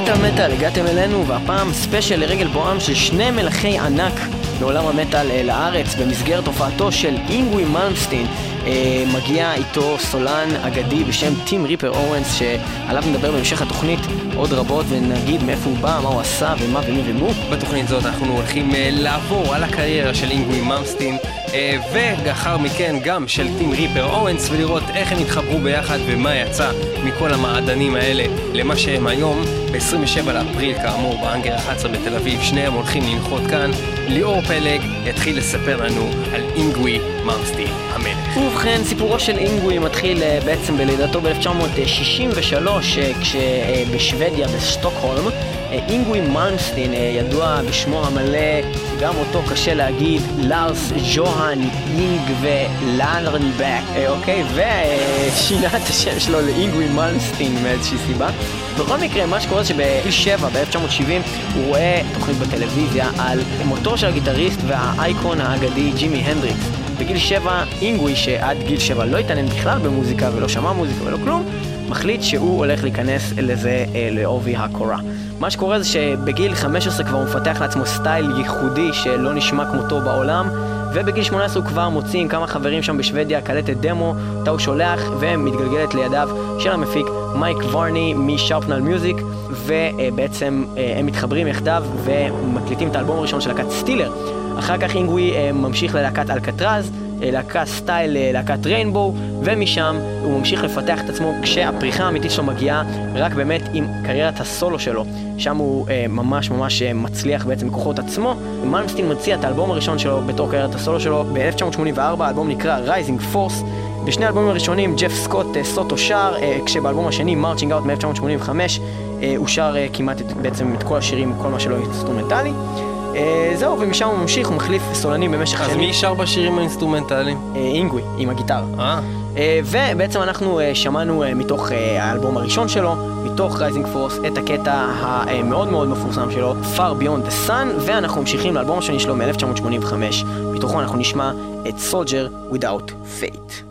מטל, הגעתם אלינו, והפעם ספיישל לרגל בואם של שני מלכי ענק מעולם המטל לארץ במסגרת הופעתו של אינגווי מלמסטין. מגיע איתו סולן אגדי בשם טים ריפר אורנס, שעליו נדבר בהמשך התוכנית עוד רבות, ונגיד מאיפה הוא בא, מה הוא עשה ומה ומי ומו. בתוכנית זאת אנחנו הולכים לעבור על הקריירה של אינגווי מלמסטין ולאחר מכן גם של טים ריפר אורנס, ולראות איך הם התחברו ביחד ומה יצא מכל המעדנים האלה למה שהם היום. ב-27 לאפריל כאמור באנגר 11 בתל אביב שניהם הולכים לנחות כאן. ליאור פלג יתחיל לספר לנו על אינגווי מלמסטין המלך. ובכן, סיפורו של אינגווי מתחיל בעצם בלידתו ב-1963 כשבשוודיה בסטוקהולם. אינגווי מלמסטין, ידוע בשמו המלא, גם אותו קשה להגיד, לארס ג'והן אינגווי לאנרנבק, אוקיי, ושינה את השם שלו לאינגווי מלמסטין מאיזושהי סיבה. בכל מקרה, מה שקורה זה שבגיל 7, ב-1970, הוא רואה תוכנית בטלוויזיה על מותו של הגיטריסט והאייקון האגדי ג'ימי הנדריקס. בגיל 7, אינגווי, שעד גיל 7 לא התעניין בכלל במוזיקה ולא שמע מוזיקה ולא כלום, מחליט שהוא הולך להיכנס לזה לעובי הקורה. מה שקורה זה שבגיל 15 כבר הוא מפתח לעצמו סטייל ייחודי שלא נשמע כמותו בעולם, ובגיל 18 הוא כבר מוציא עם כמה חברים שם בשוודיה קלטת דמו, אותה הוא שולח ומתגלגלת לידיו של המפיק מייק ורני משארפנל מיוזיק, ובעצם הם מתחברים יחדיו ומקליטים את האלבום הראשון של להקת סטילר. אחר כך אינגווי ממשיך ללהקת אלקטרז, להקה סטייל, להקת ריינבו, ומשם הוא ממשיך לפתח את עצמו כשהפריחה האמיתית שלו מגיעה רק באמת עם קריירת הסולו שלו. שם הוא ממש מצליח בעצם בכוחות עצמו. מלמסטין מציע את האלבום הראשון שלו בתור קריירת הסולו שלו ב-1984, האלבום נקרא Rising Force. בשני האלבומים הראשונים ג'ף סקוט סוטו שר, כשבאלבום השני Marching Out מ-1985 הוא שר כמעט בעצם את כל השירים, כל מה שלא אינסטרומנטלי. זהו, ומשם הוא ממשיך, הוא מחליף סולנים במשך שנים. אז מי שר בשירים האינסטרומנטליים? אינגווי, עם הגיטרה. ובעצם אנחנו שמענו מתוך האלבום הראשון שלו, מתוך Rising Force, את הקטע המאוד מאוד מפורסם שלו, Far Beyond the Sun, ואנחנו ממשיכים לאלבום השני שלו מ-1985. מתוכו אנחנו נשמע את Soldier Without Fate.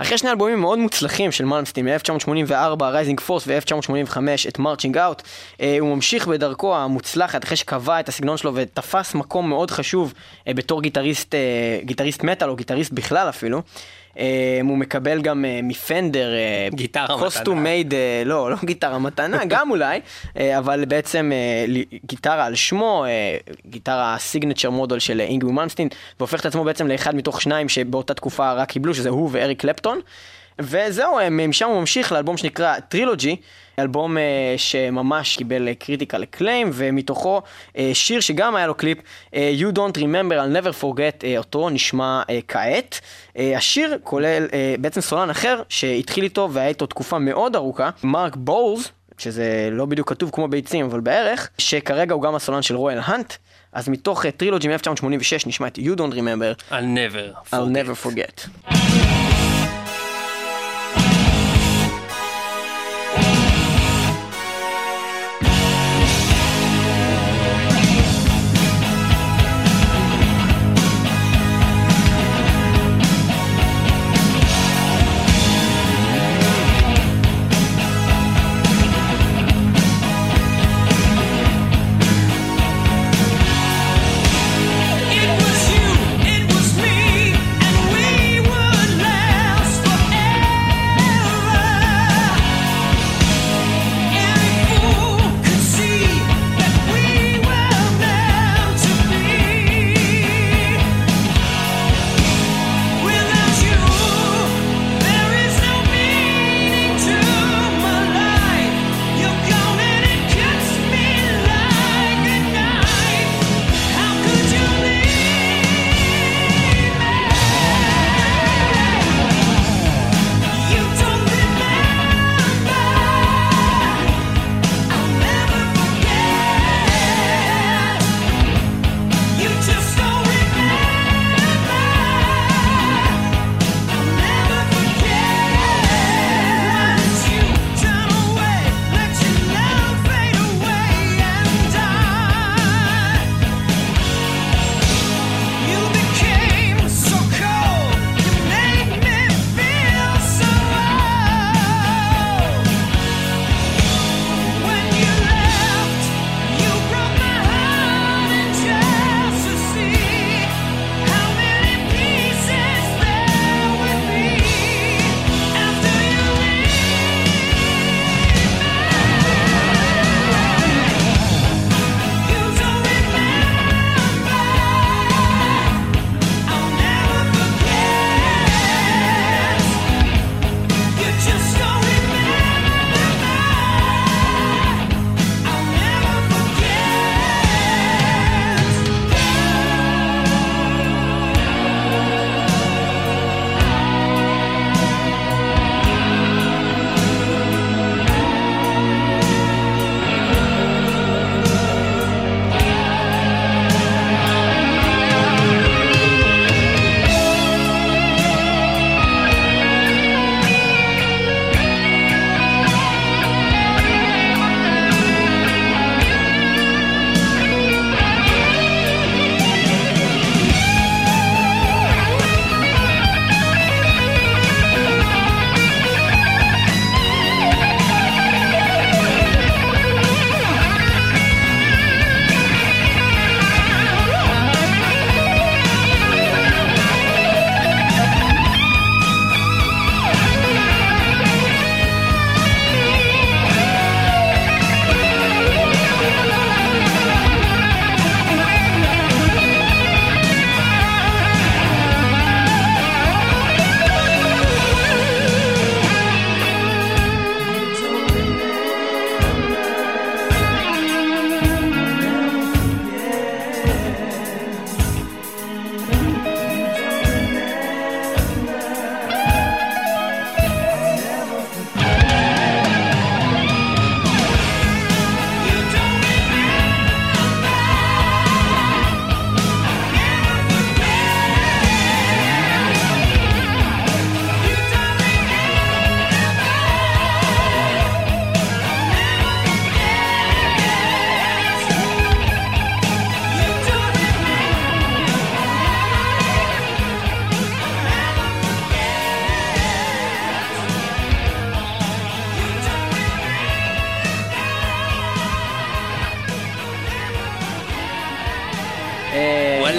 אחרי שני אלבומים מאוד מוצלחים של מלמסטין, מ-1984, Rising Force ו-1985, את Marching Out, הוא ממשיך בדרכו המוצלחת, אחרי שקבע את הסגנון שלו ותפס מקום מאוד חשוב בתור גיטריסט מטל או גיטריסט בכלל אפילו. הוא מקבל גם מפנדר קוסטום מייד, לא גיטרה מתנה, גם אולי, אבל בעצם גיטרה על שמו, גיטרה סיגנצ'ר מודל של אינגווי מלמסטין, והופך את עצמו בעצם לאחד מתוך שניים שבאותה תקופה רק קיבלו, שזה הוא ואריק קלפטון. וזהו, משם הוא ממשיך לאלבום שנקרא טרילוגי, אלבום שממש קיבל קריטיקל אקליים, ומתוכו שיר שגם היה לו קליפ, You Don't Remember I'll Never Forget, אותו נשמע כעת. השיר כולל בעצם סולן אחר שהתחיל איתו והיה איתו תקופה מאוד ארוכה, מרק בולס, שזה לא בדיוק כתוב כמו ביצים אבל בערך, שכרגע הוא גם הסולן של רויאל הנט. אז מתוך טרילוגי מ-1986 נשמע את You Don't Remember I'll Never Forget. It was you, it was me, and we would laugh.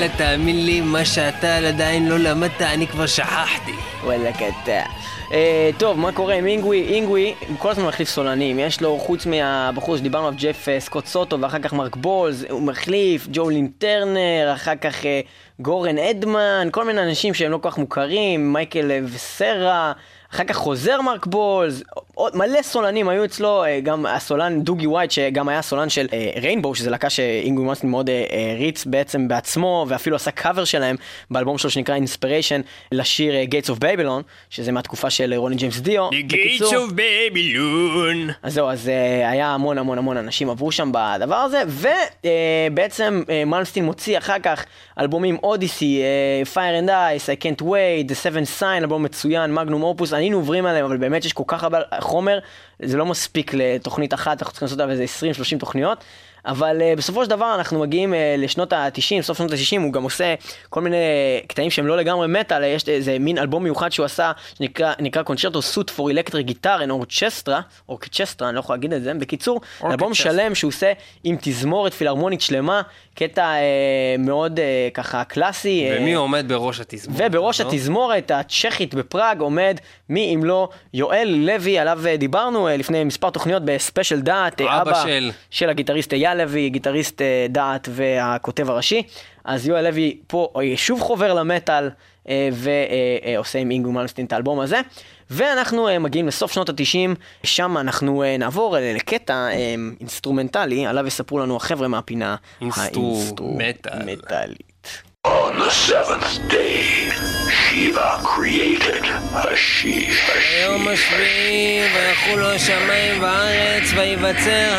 וואלה, תאמין לי, מה שאתה עדיין לא למדת, אני כבר שכחתי. וואלה קטע. טוב, מה קורה עם אינגווי? אינגווי כל הזמן מחליף סולנים. יש לו, חוץ מהבחור שדיברנו עליו, ג'ף סקוט סוטו, ואחר כך מרק בולז, הוא מחליף ג'ולין טרנר, אחר כך גורן אדמן, כל מיני אנשים שהם לא כל כך מוכרים, מייקל וסרה, אחר כך חוזר מרק בולז, מלא סולנים היו אצלו, גם הסולן דוגי ווייט, שגם היה סולן של ריינבו, שזה להקה שאינגווי מלמסטין מאוד ריץ בעצם בעצמו, ואפילו עשה קאבר שלהם באלבום שלו שנקרא Inspiration, לשיר Gates of Babylon, שזה מהתקופה של רוני ג'יימס דיו. The Gates of Babylon. אז זהו, אז היה המון אנשים עברו שם בדבר הזה, ובעצם מלמסטין מוציא אחר כך אלבומים אודיסי, Fire and Ice, I Can't Wait, The Seven Sign, אלבום מצוין, מגנום אופוס, היינו עוברים עליהם, אבל באמת יש כל כך הרבה חומר, זה לא מספיק לתוכנית אחת, אנחנו צריכים לעשות עליו איזה 20-30 תוכניות, אבל בסופו של דבר אנחנו מגיעים לשנות ה-90, סוף שנות ה-90, הוא גם עושה כל מיני קטעים שהם לא לגמרי מטל, יש איזה מין אלבום מיוחד שהוא עשה, שנקרא קונצ'רטו סוט פור אלקטריק גיטר, אורקצ'סטרה, אני לא יכול להגיד את זה, בקיצור, אלבום שלם שהוא עושה עם תזמורת פילהרמונית שלמה, קטע מאוד ככה קלאסי. ומי עומד בראש התזמורת? ובראש התזמורת הצ'כית בפראג עומד מי אם לא יואל לוי, עליו דיברנו לפני מספר תוכניות בספיישל דעת, אבא של הגיטריסט אייל לוי, גיטריסט דעת והכותב הראשי. אז יואל לוי פה שוב חובר למטל ועושה עם אינגווי מלמסטין את האלבום הזה. ואנחנו מגיעים לסוף שנות ה-90, שם אנחנו נעבור לקטע אינסטרומנטלי, עליו יספרו לנו החבר'ה מהפינה האינסטרומנטלית. On the seventh day, Shiva created Hashish. ביום השביעי ויחולו השמיים והארץ ויבצר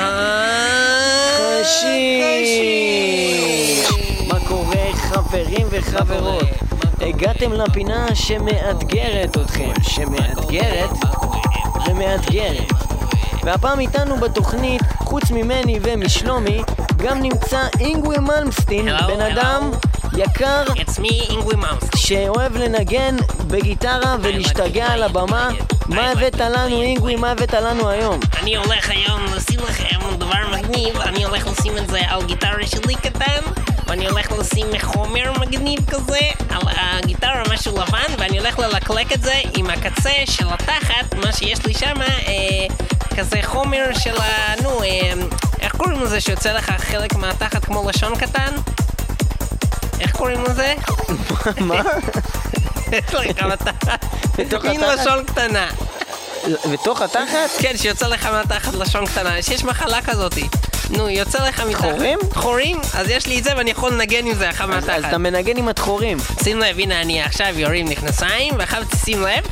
החשיש. מה קורה חברים וחברות? הגעתם לפינה שמאתגרת אתכם, שמאתגרת ומאתגרת. והפעם איתנו בתוכנית, חוץ ממני ומשלומי, גם נמצא אינגווי מלמסטין, בן אדם יקר שאוהב לנגן בגיטרה ולהשתגע על הבמה. מה הבאת לנו אינגווי? מה הבאת לנו היום? אני הולך היום לשים לכם דבר מגניב. אני הולך לשים את זה על גיטרה שלי קטן, ואני הולך לשים חומר מגניב כזה על הגיטרה, משהו לבן, ואני הולך ללקלק את זה עם הקצה של התחת, מה שיש לי שם, כזה חומר של איך קוראים לזה שיוצא לך חלק מהתחת כמו לשון קטן? איך קוראים לזה? מה? יש לך מהתחת מין לשון קטנה. בתוך התחת? כן, שיוצא לך מהתחת לשון קטנה, שיש מחלה כזאת. נו, יוצא לך מתחת. תחורים? תחורים? אז יש לי את זה ואני יכול לנגן עם זה אחר מהתחת. אז אתה מנגן עם התחורים. שים לב, הנה אני עכשיו יורים נכנסיים, ואחר תשים לב.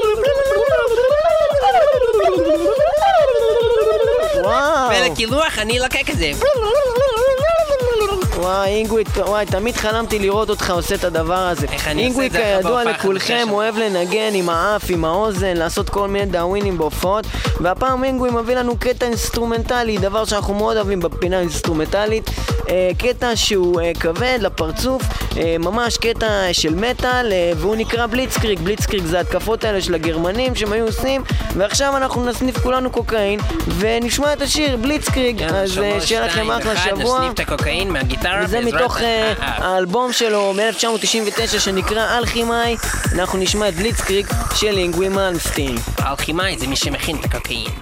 וואו. ולקילוח אני אלקק את זה. וואי, אינגווי, וואי, תמיד חלמתי לראות אותך עושה את הדבר הזה. אינגווי כידוע לכולכם אוהב לנגן עם האף, עם האוזן, לעשות כל מיני דאווינים בהופעות, והפעם אינגווי מביא לנו קטע אינסטרומנטלי, דבר שאנחנו מאוד אוהבים בפינה אינסטרומנטלית, קטע שהוא כבד לפרצוף, ממש קטע של מטל, והוא נקרא בליצקריג. בליצקריג זה התקפות האלה של הגרמנים שהם היו עושים, ועכשיו אנחנו נסניף כולנו קוקאין ונשמע את השיר בליצקריג. אז שיהיה לכם אחלה שבוע. נסניף את הקוקאין מהגיטרה, וזה מתוך האלבום שלו מ-1999 שנקרא אלכימאי. אנחנו נשמע את בליצקריג של אינגווי מלמסטין. אלכימאי זה מי שמכין את הקוקאין.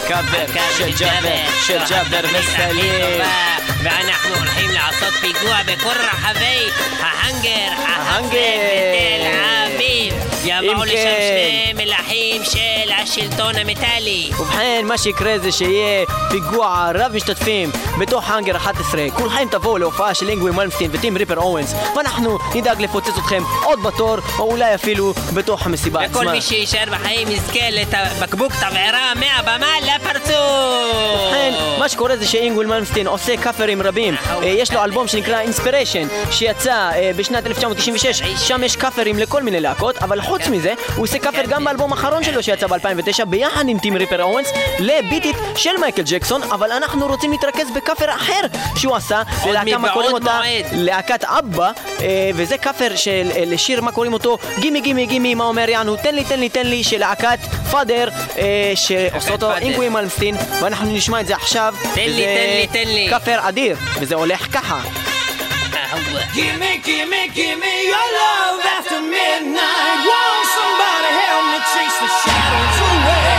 הקאבר של ג'אבר וסלים. ואנחנו הולכים לעשות פיגוע בכל רחבי ההאנגר בתל אביב. יבואו לשם שני מלכים של השלטון המטלי. ובכן, מה שיקרה זה שיהיה פיגוע רב משתתפים בתוך האנגר 11. כולכם תבואו להופעה של אינגווי מלמסטין וטים ריפר אורנס, ואנחנו נדאג לפוצץ אתכם עוד בתור, או אולי אפילו בתוך המסיבה עצמה. וכל מי שישאר בחיים יזכה לבקבוק תבערה מהבמה לפרצוף. ובכן, מה שקורה זה שאינגווי מלמסטין עושה קאפרים רבים. יש לו אלבום שנקרא אינספיריישן שיצא בשנת 1996. שם יש קאפרים לכל מיני להקות, אבל חוץ מזה הוא עושה קאפר גם באלבום האחרון שלו שיצא ב-2009 ביחד עם טים ריפר אורנס לביטית של מייקל ג'קסון. אבל אנחנו רוצים להתרכז בקאפר אחר שהוא עשה ללהקה, מה קוראים אותה? להקת אבא. וזה קאפר של לשיר, מה קוראים אותו? גימי גימי גימי, מה אומר יענו? תן לי של להקת פאדר שעושה אותו אינגווי מלמסטין, ואנחנו נשמע את זה עכשיו. תן לי קאפר אדיר, וזה הולך ככה. Give me your love after midnight. Won't somebody help me chase the shadows away?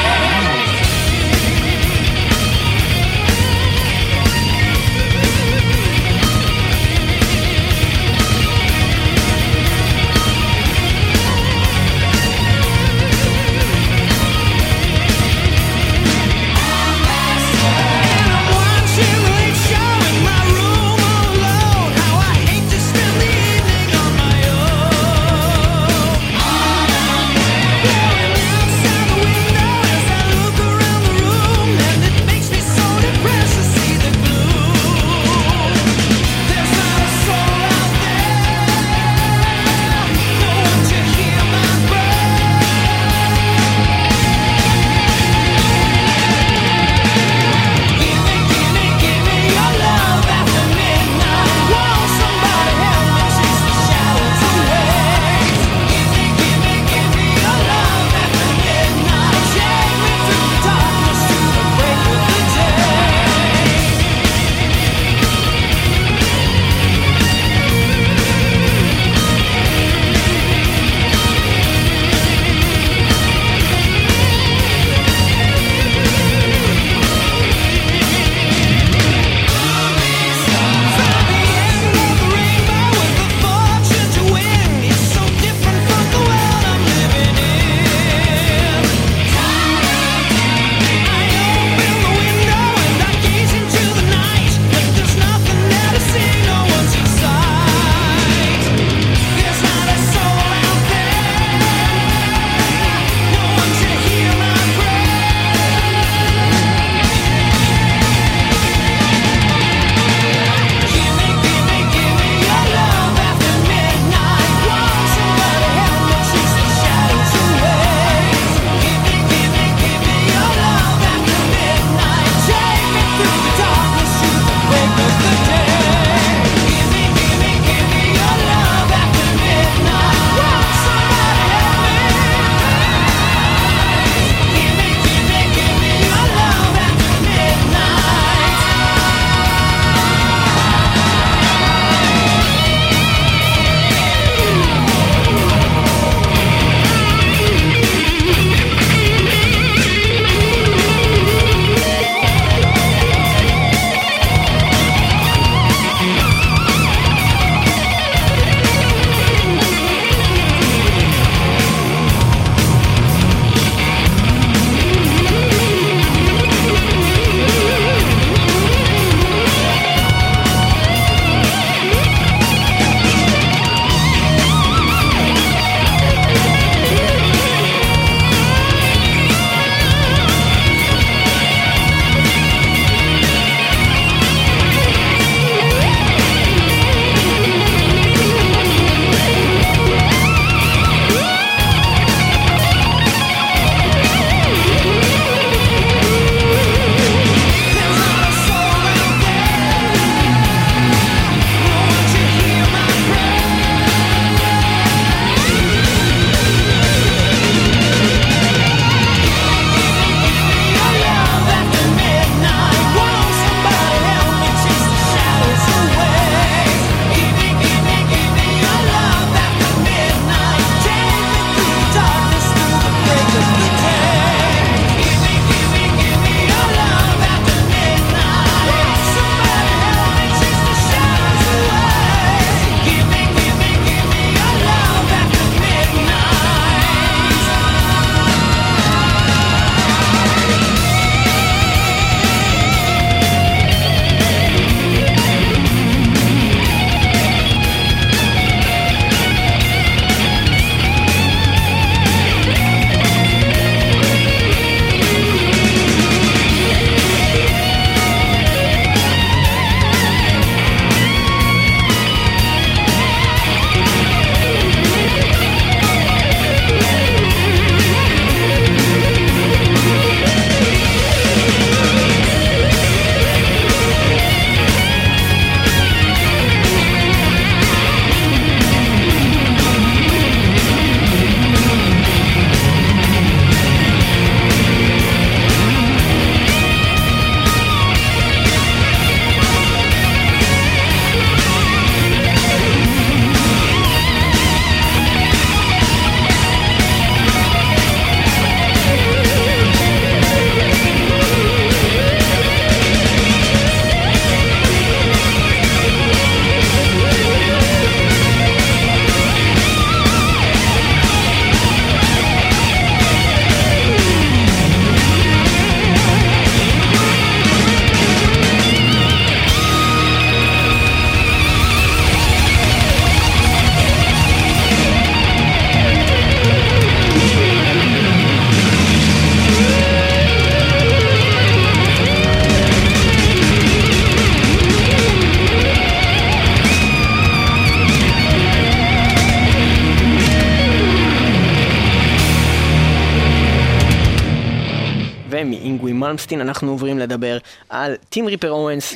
מלמסטין אנחנו עוברים לדבר על טים ריפר אורנס,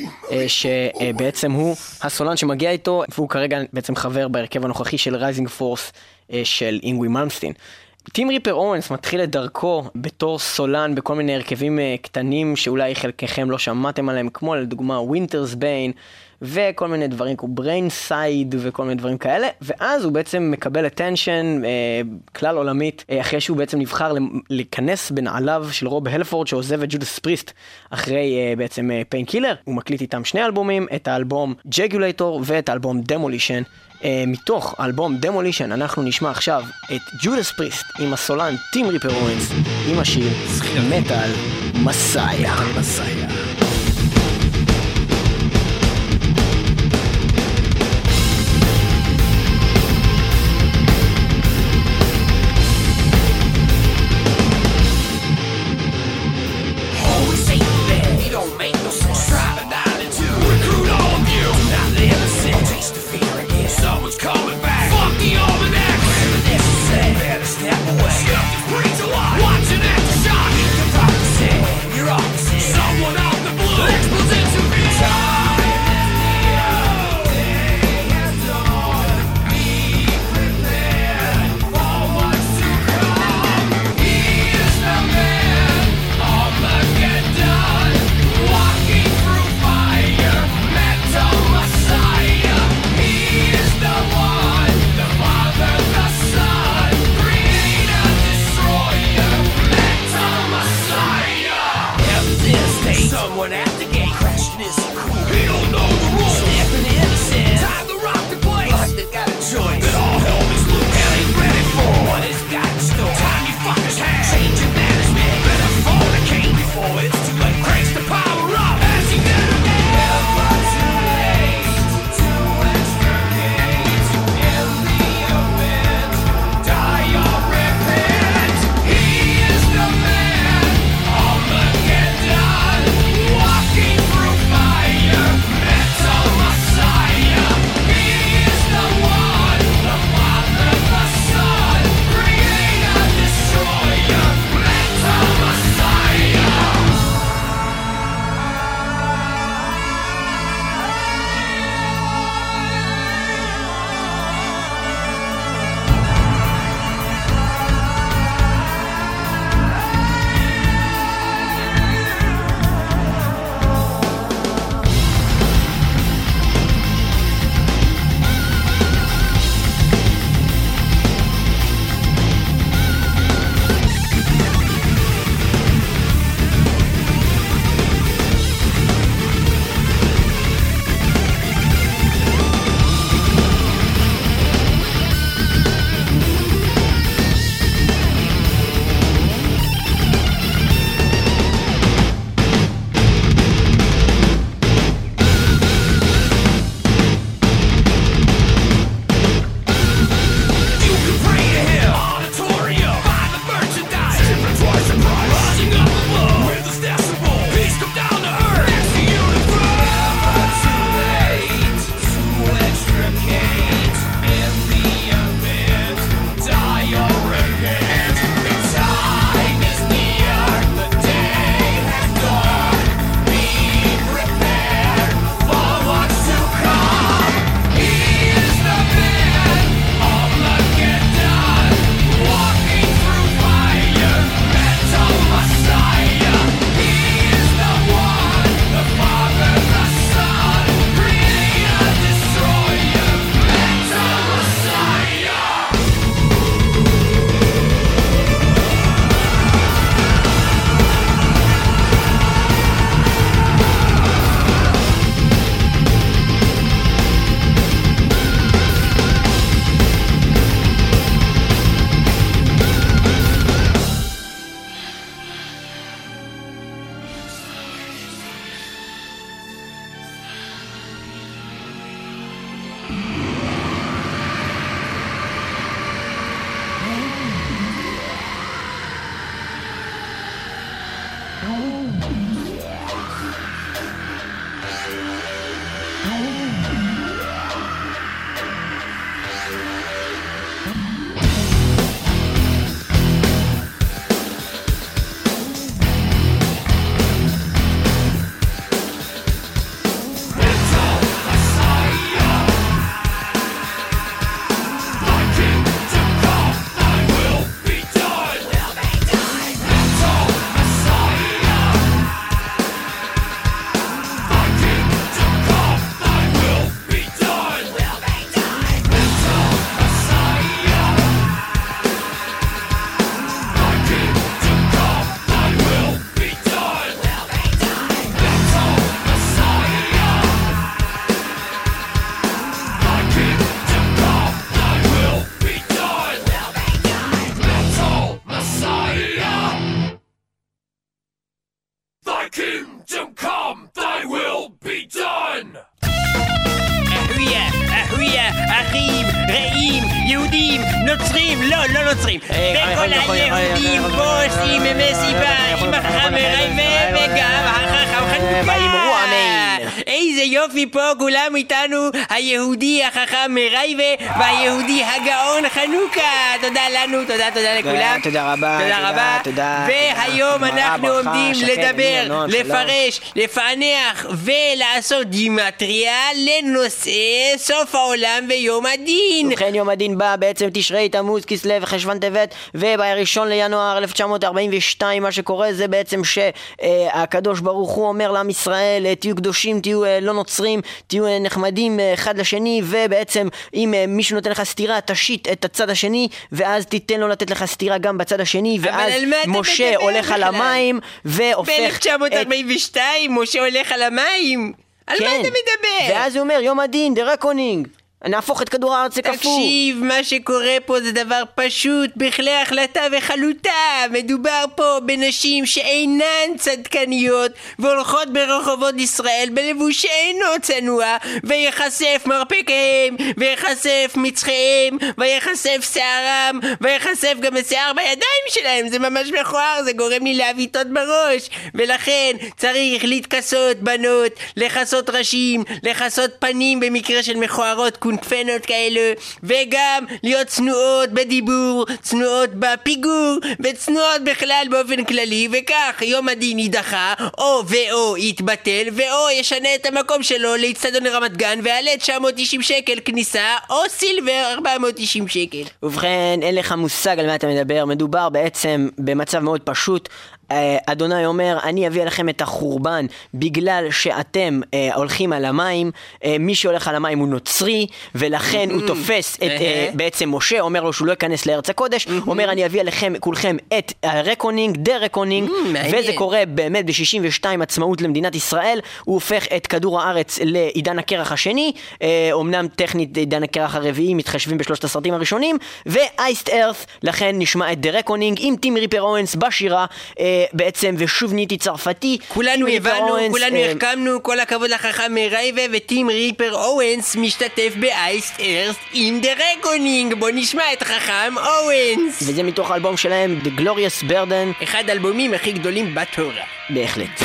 שבעצם הוא הסולן שמגיע איתו, והוא כרגע בעצם חבר בהרכב הנוכחי של רייזינג פורס של אינגווי מלמסטין. טים ריפר אורנס מתחיל את דרכו בתור סולן בכל מיני הרכבים קטנים שאולי חלקכם לא שמעתם עליהם, כמו לדוגמה ווינטרס ביין וכל מיני דברים כמו בריין סייד וכל מיני דברים כאלה, ואז הוא בעצם מקבל attention כלל עולמית אחרי שהוא בעצם נבחר להיכנס בנעליו של רוב הלפורד שעוזב את ג'ודס פריסט אחרי בעצם פיינקילר. הוא מקליט איתם שני אלבומים, את האלבום ג'גולטור ואת האלבום דמולישן. מתוך האלבום דמולישן אנחנו נשמע עכשיו את ג'ודס פריסט עם הסולן טים ריפר אורנס עם השיר מטל מסאיה. Walk kingdom come, thy will be done! אחויה, אחים, רעים, יהודים, נוצרים, לא נוצרים. וכל היהודים פה עושים מסיבה עם החכם מרייבה וגם החכם חנוכה. איזה יופי פה, כולם איתנו, היהודי החכם מרייבה והיהודי הגאון חנוכה. תודה לנו, תודה לכולם. תודה רבה. והיום אנחנו עומדים לדבר, לפרש, לפענח ולעשות גימטריה לנושא סוף העולם ויום הדין. ובכן, יום הדין בא בעצם תשרי תמוז כסלו וחשוון טבת, ובראשון לינואר 1942 מה שקורה זה בעצם שהקדוש ברוך הוא אומר לעם ישראל, תהיו קדושים, תהיו לא נוצרים, תהיו נחמדים אחד לשני, ובעצם אם מישהו נותן לך סתירה תשית את הצד השני ואז תיתן לו לתת לך סתירה גם בצד השני, ואז משה הולך על המים והופך ב-1942 משה הולך על המים. על מה אתה מדבר? ואז הוא אומר יום הדין, the reckoning, נהפוך את כדור הארץ לקפוא. תקשיב, מה שקורה פה זה דבר פשוט, בכלי החלטה וחלוטה. מדובר פה בנשים שאינן צדקניות והולכות ברחובות ישראל בלבוש שאינו צנוע, ויחשף מרפקיהם ויחשף מצחיהם ויחשף שערם ויחשף גם השיער בידיים שלהם. זה ממש מכוער, זה גורם לי להביטות בראש. ולכן צריך להתכסות בנות, לחסות ראשים, לחסות פנים במקרה של מכוערות קונפנות כאלו, וגם להיות צנועות בדיבור, צנועות בפיגור וצנועות בכלל באופן כללי. וכך יום הדין יידחה או יתבטל ואו ישנה את המקום שלו לאצטדיון רמת גן ועלה 990 שקל כניסה או סילבר 490 שקל. ובכן, אין לך מושג על מה אתה מדבר. מדובר בעצם במצב מאוד פשוט. אדוני אומר, אני אביא לכם את החורבן בגלל שאתם הולכים על המים. מי שהולך על המים הוא נוצרי, ולכן הוא תופס את בעצם משה, אומר לו שהוא לא ייכנס לארץ הקודש, אומר אני אביא לכם כולכם את הרקונינג, דה רקונינג, וזה קורה באמת ב-62 עצמאות למדינת ישראל. הוא הופך את כדור הארץ לעידן הקרח השני, אמנם טכנית עידן הקרח הרביעי, מתחשבים בשלושת הסרטים הראשונים, ו-Iced Earth, לכן נשמע את דה רקונינג עם טים ריפר אורנס בשירה בעצם, ושוב ניתי צרפתי. כולנו הבנו, כולנו הרקמנו, כל הכבוד לחכם מרייבה, וטים ריפר אורנס משתתף ב-Iced Earth עם דה רקונינג. בוא נשמע את חכם אורנס. וזה מתוך האלבום שלהם The Glorious Burden, אחד האלבומים הכי גדולים בתורה. בהחלט.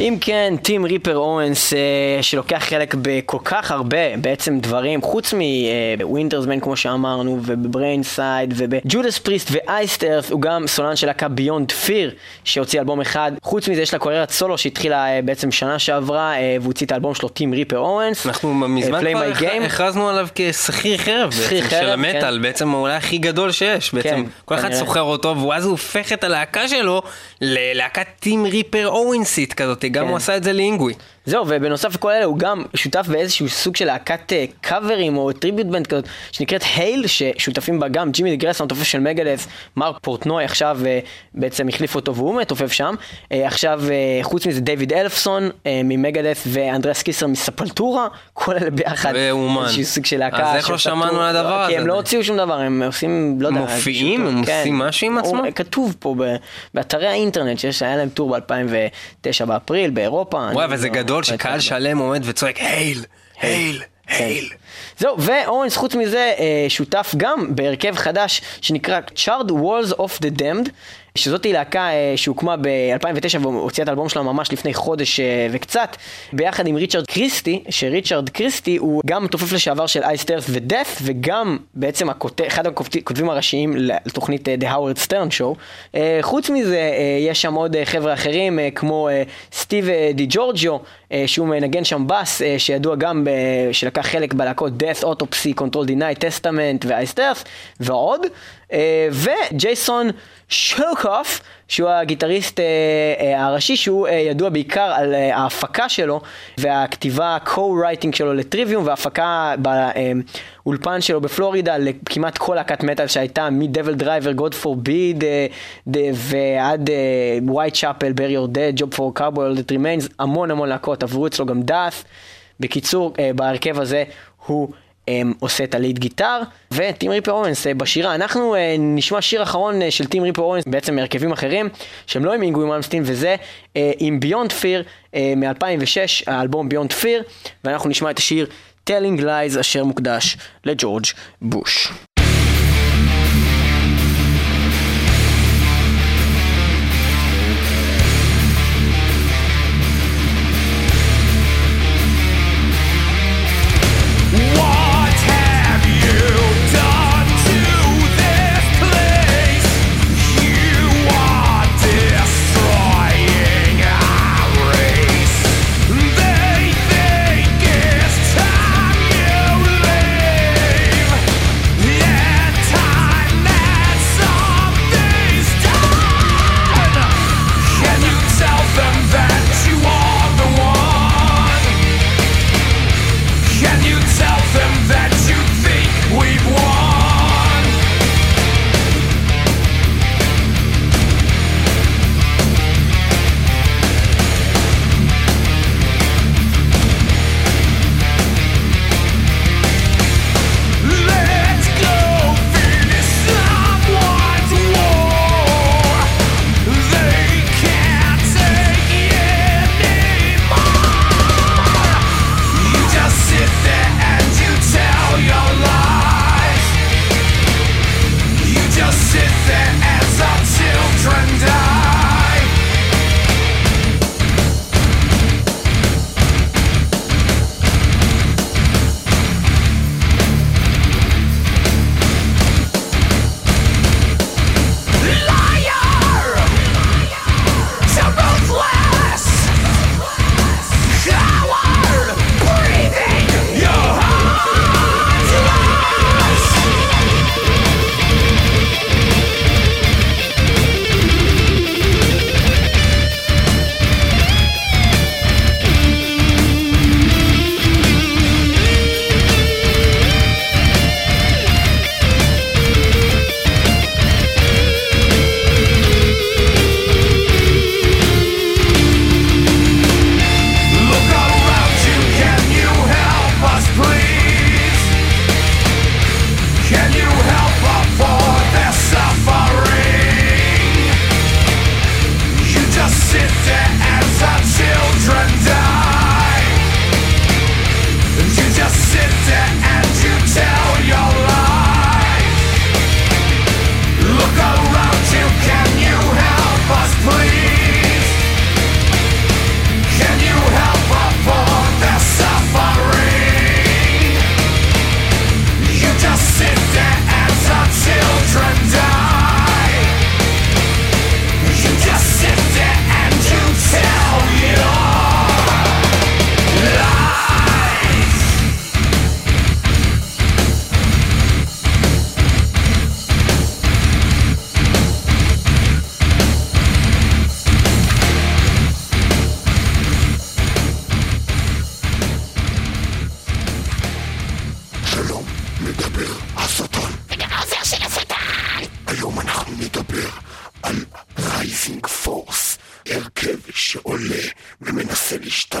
אם כן, טים ריפר אורנס שלוקח חלק בכל כך הרבה בעצם דברים, חוץ מווינטרסמן כמו שאמרנו, ובבריינסייד, ובג'ודס פריסט ואייסט ארת, הוא גם סולן של להקה ביונד פיר, שהוציא אלבום אחד. חוץ מזה יש לה קריירת סולו שהתחילה בעצם שנה שעברה, והוציא את האלבום שלו טים ריפר אורנס. אנחנו מזמן כבר הכרזנו עליו כשכיר חרב של המטל, בעצם הוא אולי הכי גדול שיש, בעצם כל אחד סוחר אותו, ואז הוא הופך את הלהקה שלו ללהקת טים ריפר אורנסית כזאת, גם הוא עשה את זה לאינגוי. זהו, ובנוסף לכל אלה הוא גם שותף באיזשהו סוג של להקת קאברים או טריביוט בנד כזאת שנקראת הייל, ששותפים בה גם ג'ימי דיגרס, המתופף של מגדף, מרק פורטנוי עכשיו בעצם החליף אותו והוא מתופף שם. עכשיו חוץ מזה דיוויד אלפסון ממגדף ואנדרס קיסר מספלטורה, כל אלה ביחד איזשהו סוג של להקה. אז איך לא שמענו על הדבר הזה? כי הם לא הוציאו שום דבר, הם עושים, לא יודע, מופיעים? הם עושים משהו עם עצמם? כתוב פה באתרי האינטרנט שהיה להם טור ב-2009 באפריל באירופה. וואי, וזה גדול שקהל שלם עומד וצועק הייל, הייל, הייל. זהו, ואורנס חוץ מזה שותף גם בהרכב חדש שנקרא Charred Walls of the Damned, שזאת היא להקה שהוקמה ב-2009 והוציאה את האלבום שלה ממש לפני חודש וקצת, ביחד עם ריצ'רד קריסטי, שריצ'רד קריסטי הוא גם מתופף לשעבר של אייסט ארת ודאט, וגם בעצם אחד הכותבים הראשיים לתוכנית The Howard Stern Show. חוץ מזה יש שם עוד חבר'ה אחרים כמו סטיב די ג'ורג'יו, שהוא מנגן שם בס, שידוע גם שלקח חלק בלהקות Death, Autopsy, Control Deny, Testament ואייסט ארת ועוד, וג'ייסון שוקוף, שהוא הגיטריסט הראשי, שהוא ידוע בעיקר על ההפקה שלו והכתיבה co-writing שלו לטריוויום, וההפקה באולפן שלו בפלורידה לכמעט כל להקת מטל שהייתה, מ-Devil Driver, God Forbid ועד Whitechapel, Bury Your Dead, Job for a Cowboy, All That Remains, המון להקות, עברו אצלו גם דאס. בקיצור, בהרכב הזה הוא עושה את הליד גיטר, וטים ריפר אורנס בשירה. אנחנו נשמע שיר אחרון של טים ריפר אורנס, בעצם מהרכבים אחרים שהם לא עם אינגוי מלמסטין, וזה עם ביונד פיר מ-2006, האלבום ביונד פיר, ואנחנו נשמע את השיר Telling Lies, אשר מוקדש לג'ורג' בוש. Yeah.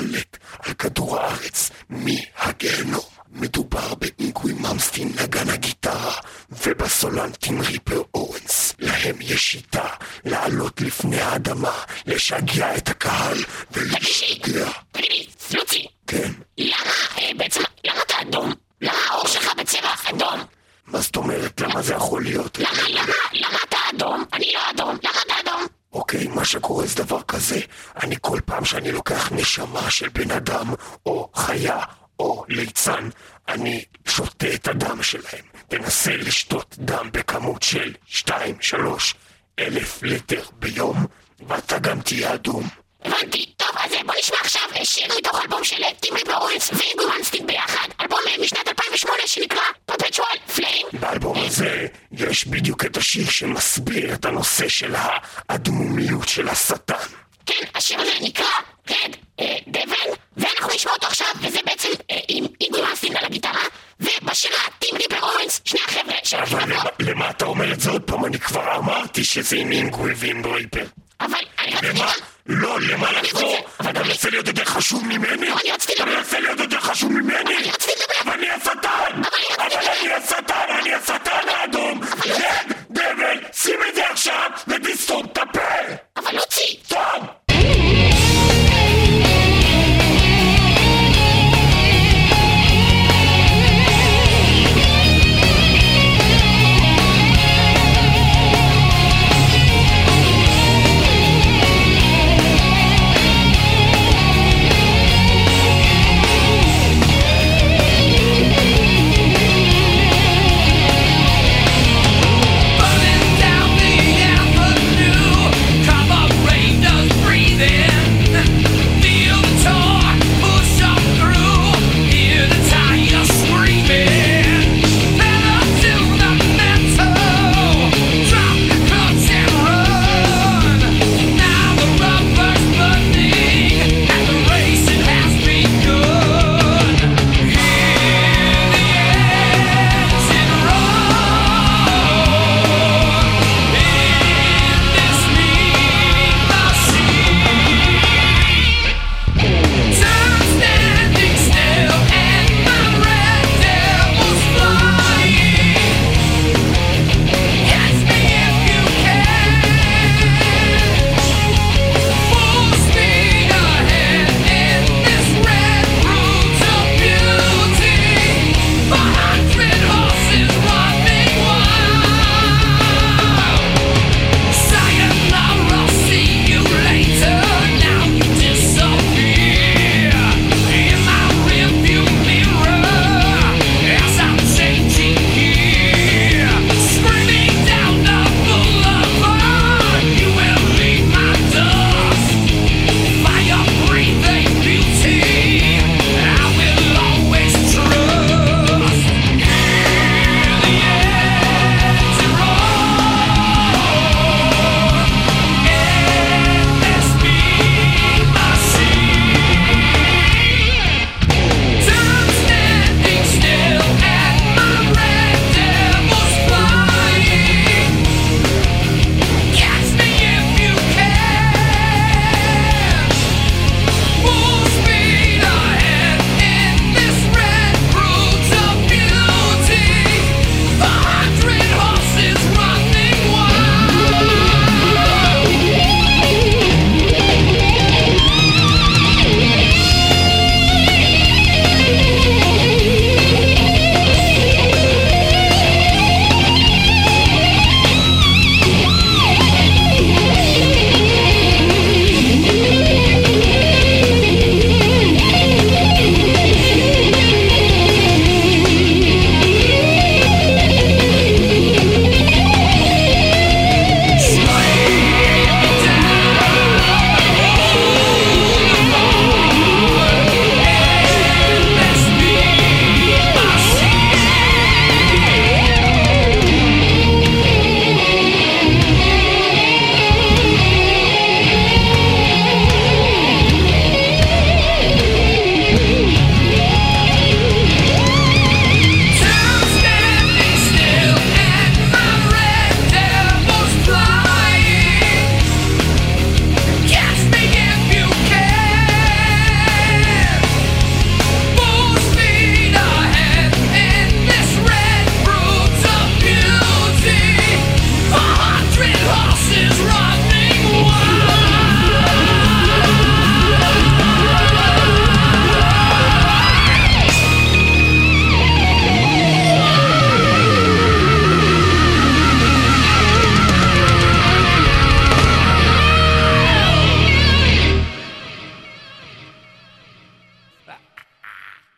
שולט על כדור הארץ מהגהנום. מדובר באינגוי ממסטין נגן הגיטרה ובסולן טים ריפר אורנס. להם יש שיטה לעלות לפני האדמה, לשגע את הקהל ולהשתגע. לוצי, כן? למה אתה אדום? למה האור שלך בצבע אדום? מה זאת אומרת? למה זה יכול להיות? למה אתה אדום? אני לא אדום, למה אתה אדום? אוקיי, מה שקורה זה דבר כזה. אני כל פעם שאני לוקח נשמה של בן אדם או חיה או ליצן, אני שותה את הדם שלהם. תנסה לשתות דם בכמות של 2-3 אלף ליטר ביום, ואתה גם תהיה אדום. הבנתי, טוב, אז בוא נשמע עכשיו שיר מתוך אלבום של טים ריפר אורנס ואינגוי ממסטין ביחד, אלבום משנת 2008 שנקרא Perpetual Flame. באלבום הזה יש בדיוק את השיר שמסביר את הנושא של האדמומיות של השטן. כן, השיר הזה נקרא Red Devil, ואנחנו נשמע אותו עכשיו, וזה בעצם עם אינגוי ממסטין על הגיטרה, ובשירה טים ריפר אורנס, שני החבר'ה של אבל למה אתה אומר את זה עוד פעם? אני כבר אמרתי שזה עם אינגוי ועם ריפר. אבל אני רציתי... לא, למה לחזור? אתה מנסה להיות יותר חשוב ממני? אתה מנסה להיות יותר חשוב ממני? אבל אני השטן! אני השטן האדום! רד דבל, שים את זה עכשיו ותסתום את הפה! אבל להוציא! טוב!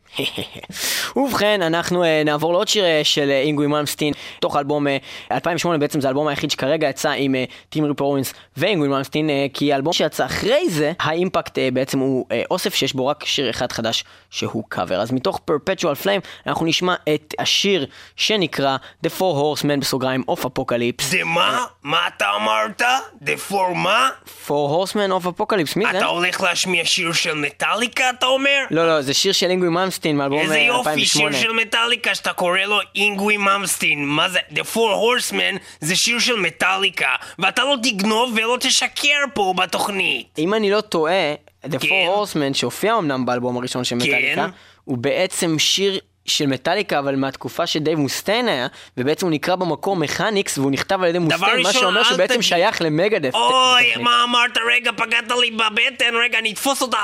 ובכן, אנחנו נעבור לעוד שיר של אינגוי מלמסטין, תוך אלבום 2008, בעצם זה האלבום היחיד שכרגע יצא עם טים ריפר אורנס ואינגוי מלמסטין, כי האלבום שיצא אחרי זה, האימפקט בעצם הוא אוסף שיש בו רק שיר אחד חדש שהוא קאבר. אז מתוך Perpetual Flame אנחנו נשמע את השיר שנקרא The Four Horsemen בסוגריים of Apocalypse. זה מה? מה אתה אמרת? The Four מה? Four Horsemen of Apocalypse, מי זה? אתה הולך להשמיע שיר של מטאליקה, אתה אומר? לא, זה שיר של אינגוי מלמסטין מאלבום 2008. איזה יופי, שיר של מטאליקה שאתה קורא לו אינגוי מלמסטין. מה זה? The Four Horsemen זה שיר של מטאליקה, ואתה לא תגנוב ולא תשקר פה בתוכנית. אם אני לא טועה, The Four Horsemen שהופיע אמנם באלבום הראשון של מטאליקה, הוא בעצם שיר של מטאליקה, אבל מהתקופה שדייב מוסטיין היה, ובעצם הוא נקרא במקור מכניקס, והוא נכתב על ידי מוסטיין, מה שאומר שהוא בעצם שייך למגדף. אוי, מה אמרת? רגע, פגעת לי בבטן, רגע, אני אתפוס אותה.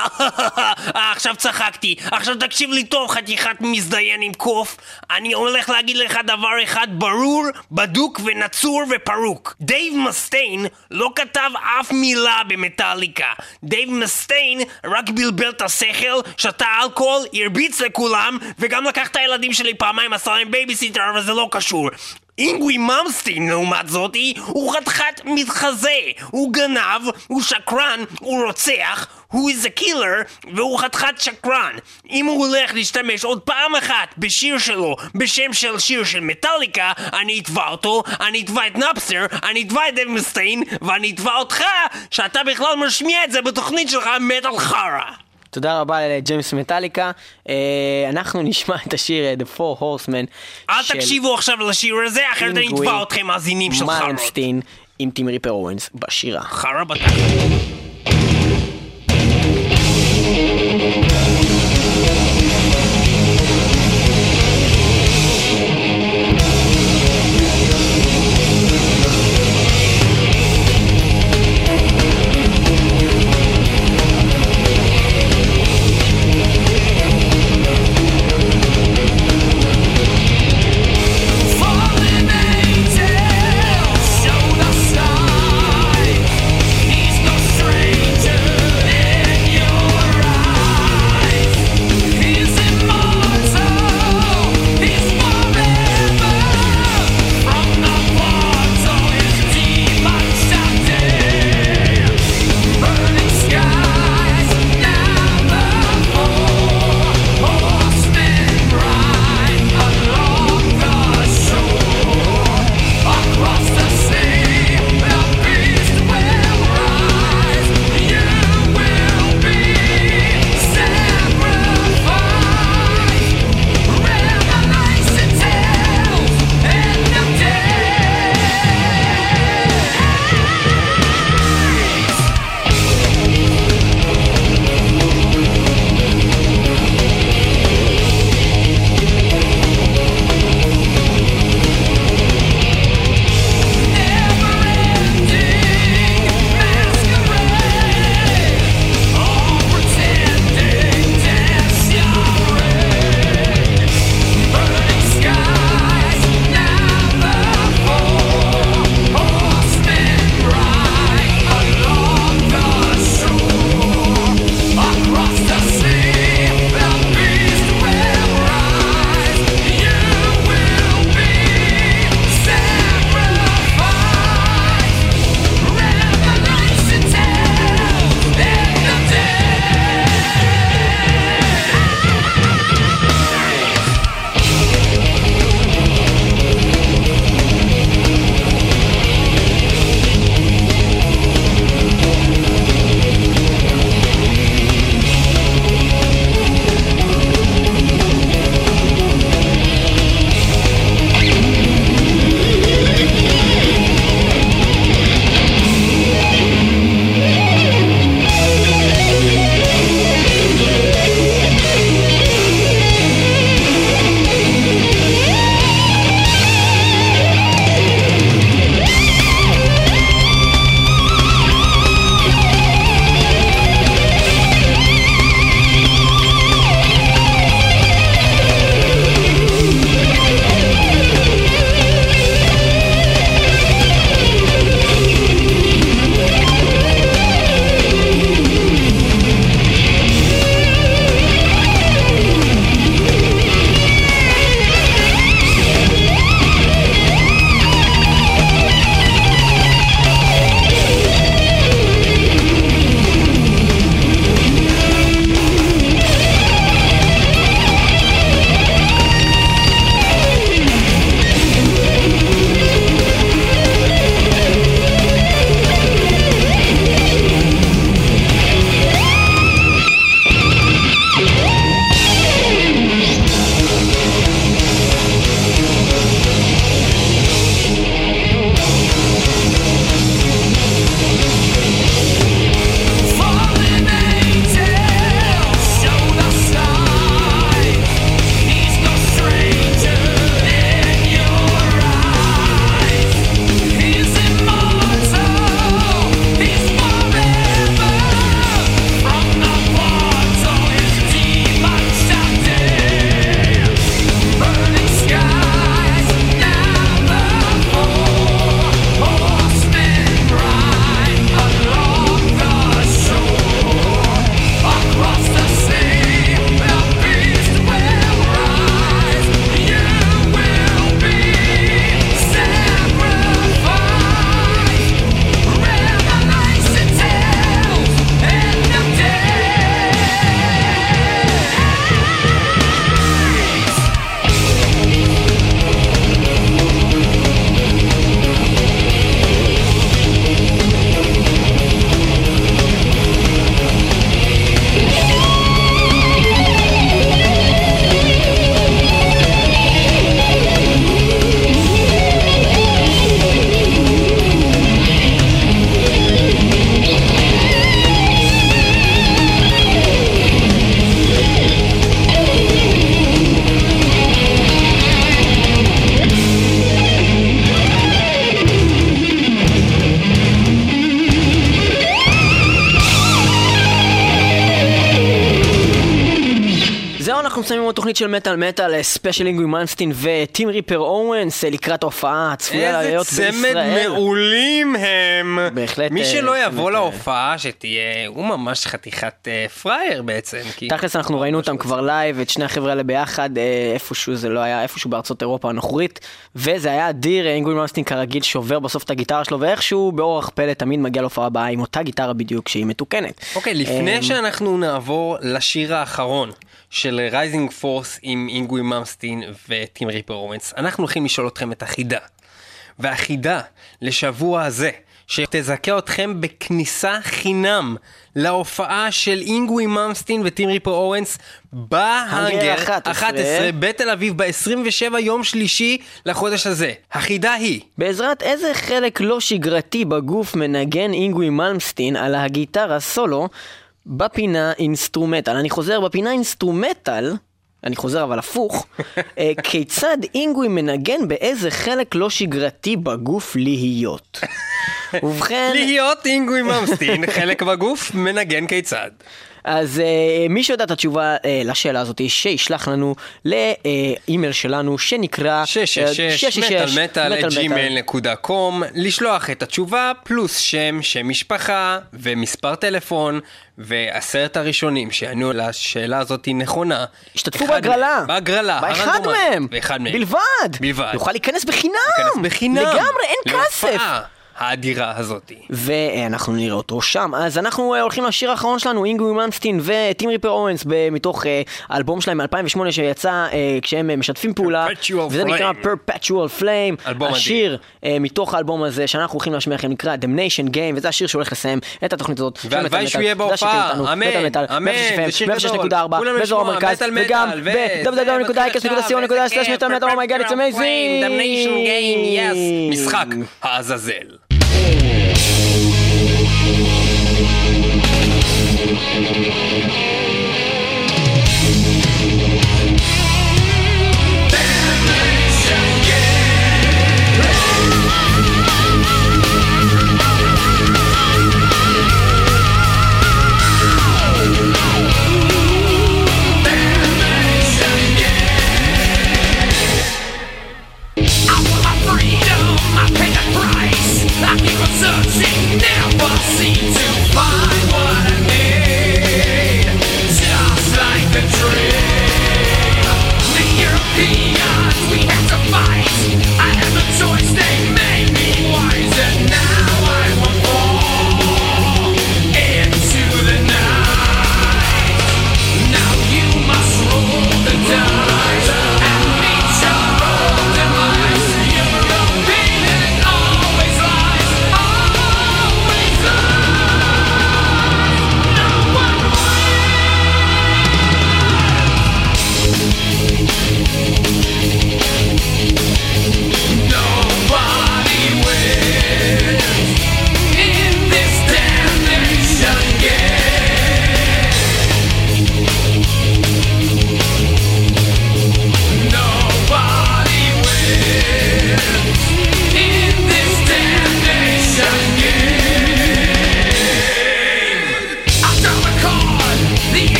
עכשיו צחקתי. עכשיו תקשיב לי טוב, חתיכת מזדיין עם קוף. אני הולך להגיד לך דבר אחד ברור, בדוק ונצור ופרוק. דייב מוסטיין לא כתב אף מילה במטאליקה. דייב מוסטיין רק בלבל את השכל, שתה אלכוהול, הרביץ לכולם, וגם לקח את הילדים שלי פעמיים, עשה להם בייביסיטר, אבל זה לא קשור. אינגוי מלמסטין, לעומת זאתי, הוא חתיכת מתחזה, הוא גנב, הוא שקרן, הוא רוצח, הוא איזה קילר, והוא חתיכת שקרן. אם הוא הולך להשתמש עוד פעם אחת בשיר שלו, בשם של שיר של מטאליקה, אני אתבע אותו, אני אתבע את נאפסטר, אני אתבע את דייב מוסטיין, ואני אתבע אותך, שאתה בכלל משמיע את זה בתוכנית שלך מטל חרה. תודה רבה לג'יימס מטאליקה. אנחנו נשמע את השיר The Four Horsemen. אל תקשיבו עכשיו לשיר הזה, אחרת אני אתבע אתכם מאזינים של חרות. מלמסטין עם טים ריפר אורנס בשירה. חרה בתחת. He's no stranger in your eyes. אנחנו מסיימים עוד תוכנית של מטל, ספיישל אינגוי מלמסטין וטים ריפר אורנס לקראת ההופעה הצפויה להיות בישראל. איזה צמד מעולים הם. בהחלט. מי שלא יבוא להופעה שתהיה, הוא ממש חתיכת פרייר בעצם. תכלס אנחנו ראינו אותם כבר לייב, את שני החבר'ה האלה ביחד, איפשהו זה לא היה, איפשהו בארצות אירופה הנוכרית, וזה היה אדיר, אינגוי מלמסטין כרגיל שובר בסוף את הגיטרה שלו, ואיכשהו באורח פלא תמיד מגיע להופעה הבאה עם אותה גיטרה בדיוק שהיא מתוקנת. אוקיי, לפני שאנחנו נעבור לשיר האחרון של רייזינג פורס עם אינגוי מלמסטין וטים ריפר אורנס, אנחנו הולכים לשאול אתכם את החידה. והחידה לשבוע הזה, שתזכה אתכם בכניסה חינם להופעה של אינגוי מלמסטין וטים ריפר אורנס בהאנגר 11 בתל אביב ב-27 יום שלישי לחודש הזה. החידה היא: בעזרת איזה חלק לא שגרתי בגוף מנגן אינגוי מלמסטין על הגיטרה סולו בפינה אינסטרומטל? אני חוזר, בפינה אינסטרומטל, אני חוזר אבל הפוך, כיצד אינגוי מנגן באיזה חלק לא שגרתי בגוף להיות? ובכן... להיות אינגוי מלמסטין, חלק בגוף מנגן כיצד. אז מי שיודע את התשובה לשאלה הזאת, שישלח לנו לאימייל שלנו שנקרא 666metalmetal@gmail.com, לשלוח את התשובה פלוס שם משפחה ומספר טלפון, ו10 הראשונים שיענו לשאלה הזאת נכונה השתתפו בהגרלה. באחד מהם בלבד. יוכל להיכנס בחינם לגמרי, אין כסף האדירה הזאת. ואנחנו נראה אותו שם. אז אנחנו הולכים לשיר האחרון שלנו, אינגוי מלמסטין וטים ריפר אורנס, מתוך האלבום שלהם מ-2008 שיצא כשהם משתפים פעולה, וזה נקרא Perpetual Flame. השיר מתוך האלבום הזה שאנחנו הולכים להשמיע לכם נקרא Damnation Game, וזה השיר שהולך לסיים את התוכנית הזאת. והלוואי שהוא יהיה בהופעה. אמן. זה שיר גדול. כולם לשמוע מטל מטל וגם ב-www.icus.co.il/מטל מטל. Oh my god, it's amazing. Damnation Game, yes. משחק העזאזל. I paid the price.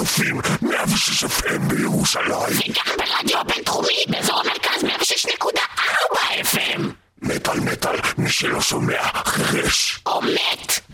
צופים, 106 FM בירושלים. וגם ברדיו בינתחומי באזור המרכז 106.4 FM. מטל, מי שלא שומע, חרש. או מת.